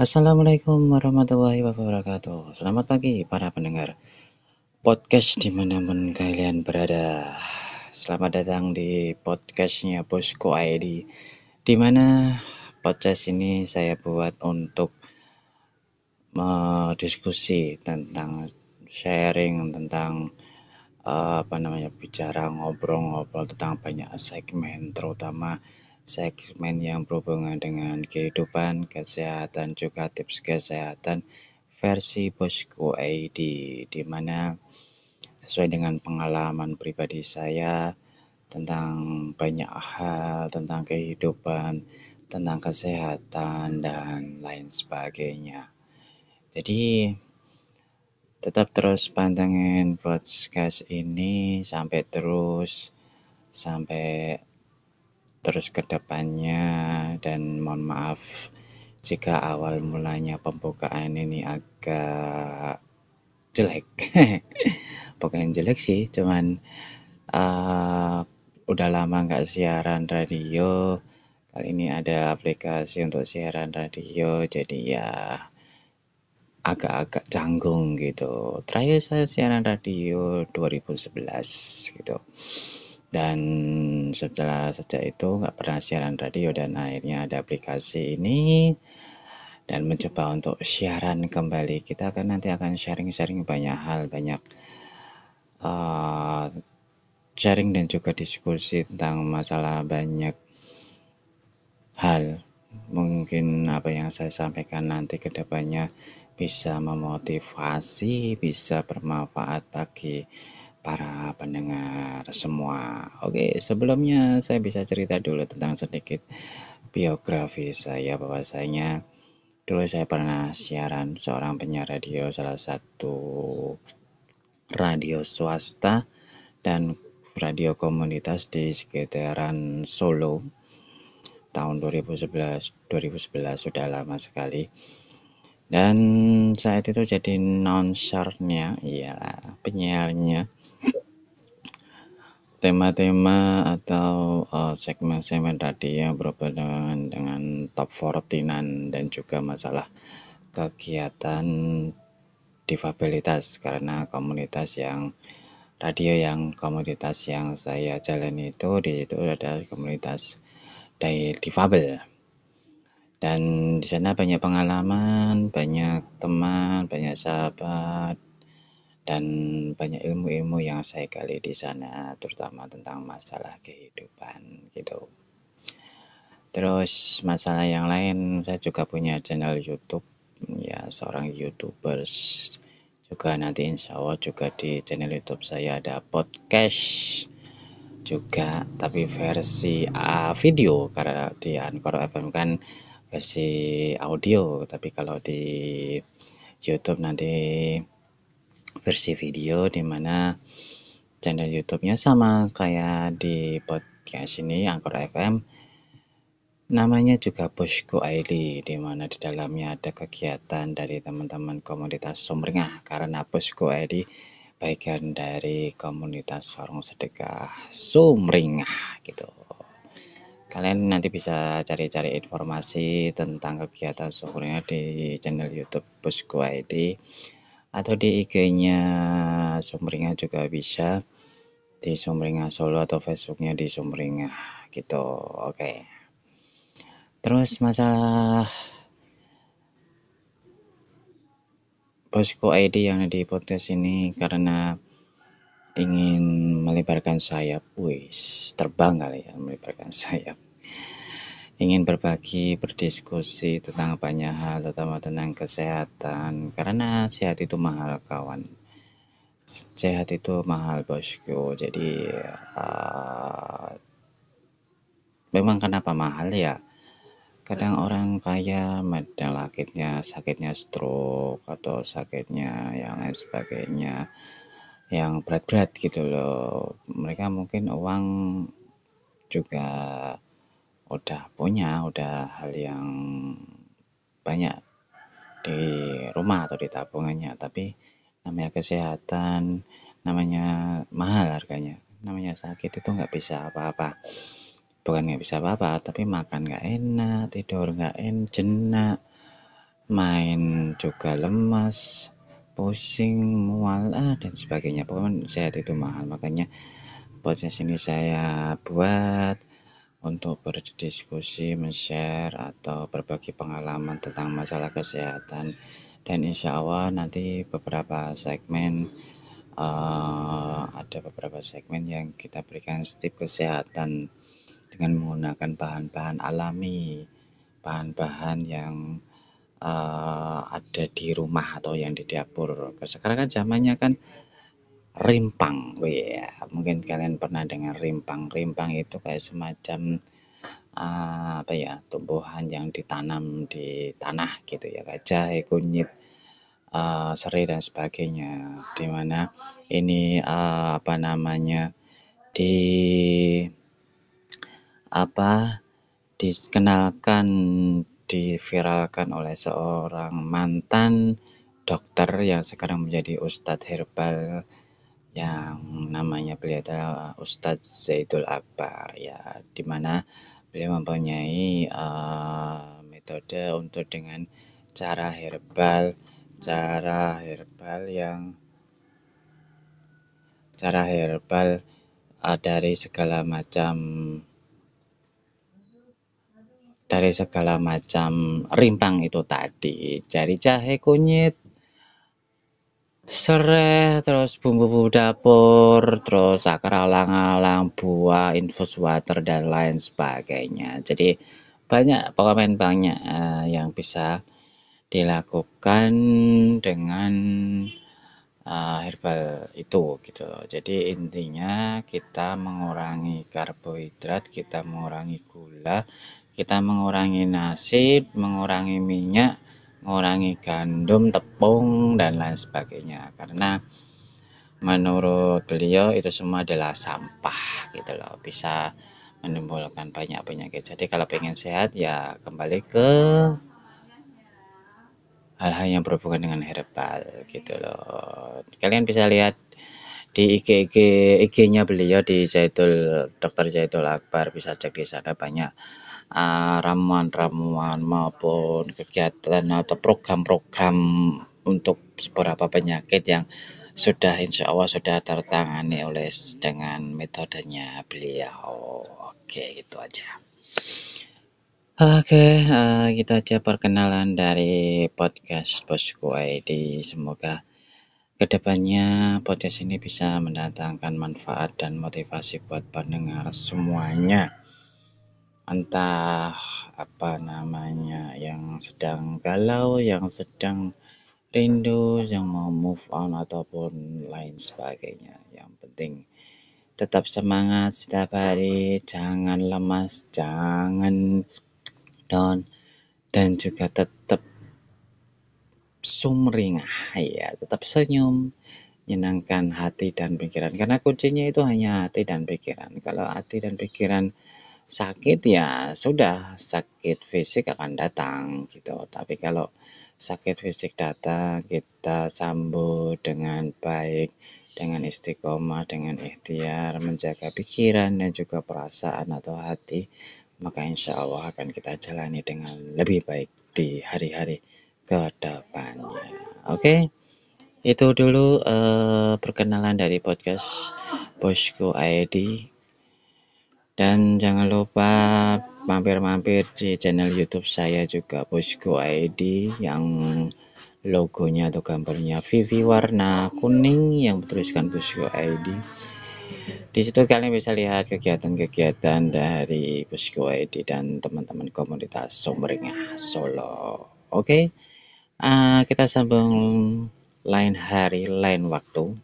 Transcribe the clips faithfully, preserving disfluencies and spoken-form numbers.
Assalamualaikum warahmatullahi wabarakatuh. Selamat pagi para pendengar podcast dimanapun kalian berada. Selamat datang di podcastnya Bosco I D, di mana podcast ini saya buat untuk diskusi tentang sharing tentang uh, apa namanya bicara ngobrol-ngobrol tentang banyak segmen, terutama segmen yang berhubungan dengan kehidupan, kesehatan, juga tips kesehatan versi Bosco I D, di mana sesuai dengan pengalaman pribadi saya tentang banyak hal, tentang kehidupan, tentang kesehatan, dan lain sebagainya. Jadi tetap terus pantengin podcast ini sampai terus sampai terus ke depannya, dan mohon maaf jika awal mulanya pembukaan ini agak jelek. Bukan jelek sih, cuman uh, udah lama nggak siaran radio. Kali ini ada aplikasi untuk siaran radio, jadi ya agak-agak canggung gitu. Terakhir saya siaran radio dua ribu sebelas gitu. Dan setelah sejak itu nggak pernah siaran radio, dan akhirnya ada aplikasi ini dan mencoba untuk siaran kembali. Kita akan nanti akan sharing-sharing banyak hal, banyak uh, sharing dan juga diskusi tentang masalah banyak hal. Mungkin apa yang saya sampaikan nanti ke depannya bisa memotivasi, bisa bermanfaat bagi para pendengar semua. Oke, sebelumnya saya bisa cerita dulu tentang sedikit biografi saya, bahwasanya dulu saya pernah siaran seorang penyiar radio salah satu radio swasta dan radio komunitas di sekitaran Solo tahun dua ribu sebelas sudah lama sekali. Dan saat itu jadi announcer-nya, iya, penyiarnya. Tema-tema atau uh, segmen-segmen radio berhubungan dengan top empat dan juga masalah kegiatan difabilitas, karena komunitas yang radio yang komunitas yang saya jalani itu di situ ada komunitas dari difabel. Dan di sana banyak pengalaman, banyak teman, banyak sahabat, dan banyak ilmu-ilmu yang saya gali di sana, terutama tentang masalah kehidupan gitu. Terus masalah yang lain, saya juga punya channel YouTube, ya seorang YouTubers juga. Nanti insya Allah juga di channel YouTube saya ada podcast juga, tapi versi uh, video, karena di Anchor F M kan versi audio, tapi kalau di YouTube nanti versi video, dimana channel YouTube-nya sama kayak di podcast ini Anchor F M, namanya juga Bosco I D, di mana di dalamnya ada kegiatan dari teman-teman komunitas Sumringah, karena Bosco I D bagian dari komunitas warung sedekah Sumringah gitu. Kalian nanti bisa cari-cari informasi tentang kegiatan Sumringah di channel YouTube Bosco I D, atau di I G-nya Sumringah juga bisa, di Sumringah Solo, atau Facebooknya di Sumringah gitu. Oke. Terus masalah Bosco I D yang di podcast ini karena ingin melebarkan sayap, wis terbang kali ya, melebarkan sayap. Ingin berbagi, berdiskusi tentang banyak hal, terutama tentang kesehatan, karena sehat itu mahal kawan. Sehat itu mahal bosku. Jadi uh, memang kenapa mahal ya? Kadang orang kaya sakitnya sakitnya stroke atau sakitnya yang lain sebagainya, yang berat-berat gitu loh. Mereka mungkin uang juga udah punya, udah hal yang banyak di rumah atau di tabungannya, tapi namanya kesehatan, namanya mahal harganya. Namanya sakit itu nggak bisa apa-apa. Bukan nggak bisa apa-apa, tapi makan nggak enak, tidur nggak enak, jenak, main juga lemas, pusing, mual, ah, dan sebagainya. Pokoknya sehat itu mahal, makanya podcast ini saya buat untuk berdiskusi, men-share, atau berbagi pengalaman tentang masalah kesehatan. Dan insya Allah nanti beberapa segmen, uh, ada beberapa segmen yang kita berikan tips kesehatan dengan menggunakan bahan-bahan alami, bahan-bahan yang uh, ada di rumah atau yang di dapur. Sekarang kan zamannya kan rimpang, wih ya, mungkin kalian pernah dengar rimpang. Rimpang itu kayak semacam uh, apa ya, tumbuhan yang ditanam di tanah gitu ya, kayak jahe, kunyit, uh, serai dan sebagainya. Dimana ini uh, apa namanya di apa dikenalkan, diviralkan oleh seorang mantan dokter yang sekarang menjadi Ustadz herbal, yang namanya beliau adalah Ustadz Zaidul Akbar ya, dimana beliau mempunyai uh, metode untuk dengan cara herbal, cara herbal yang cara herbal uh, dari segala macam dari segala macam rimpang itu tadi, dari jahe, kunyit, serai, terus bumbu-bumbu dapur, terus akar alang-alang, buah, infus water, dan lain sebagainya. Jadi banyak, pokoknya banyak uh, yang bisa dilakukan dengan uh, herbal itu gitu loh. Jadi intinya kita mengurangi karbohidrat, kita mengurangi gula, kita mengurangi nasi, mengurangi minyak, mengurangi gandum, tepung, dan lain sebagainya. Karena menurut beliau itu semua adalah sampah gitu loh, bisa menimbulkan banyak penyakit. Jadi kalau pengen sehat ya kembali ke hal-hal yang berhubungan dengan herbal gitu loh. Kalian bisa lihat di I G I G I G-nya beliau di Zaidul dokter Zaidul Akbar, bisa cek di sana banyak uh, ramuan-ramuan maupun kegiatan atau program-program untuk beberapa penyakit yang sudah insya Allah sudah tertangani oleh dengan metodenya beliau. Oke, gitu aja. Oke, uh, gitu aja perkenalan dari podcast Bosku I D. Semoga kedepannya podcast ini bisa mendatangkan manfaat dan motivasi buat pendengar semuanya. Entah apa namanya, yang sedang galau, yang sedang rindu, yang mau move on, ataupun lain sebagainya. Yang penting tetap semangat setiap hari, jangan lemas, jangan down, dan juga tetap sumringah ya, tetap senyum, menyenangkan hati dan pikiran, karena kuncinya itu hanya hati dan pikiran. Kalau hati dan pikiran sakit ya sudah, sakit fisik akan datang gitu. Tapi kalau sakit fisik datang, kita sambut dengan baik, dengan istiqomah, dengan ikhtiar, menjaga pikiran dan juga perasaan atau hati, maka insya Allah akan kita jalani dengan lebih baik di hari-hari ke depannya. Oke, itu dulu uh, perkenalan dari podcast Bosku I D. Dan jangan lupa mampir-mampir di channel YouTube saya juga, Bosku I D, yang logonya atau gambarnya Vivi warna kuning yang bertuliskan Bosku I D. Di situ kalian bisa lihat kegiatan-kegiatan dari Bosku I D dan teman-teman komunitas Sumringah Solo. Oke, okay? uh, kita sambung lain hari, lain waktu.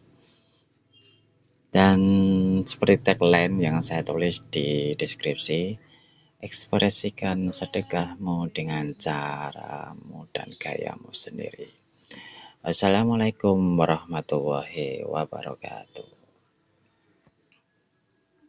Dan seperti tagline yang saya tulis di deskripsi, ekspresikan sedekahmu dengan caramu dan gayamu sendiri. Wassalamualaikum warahmatullahi wabarakatuh.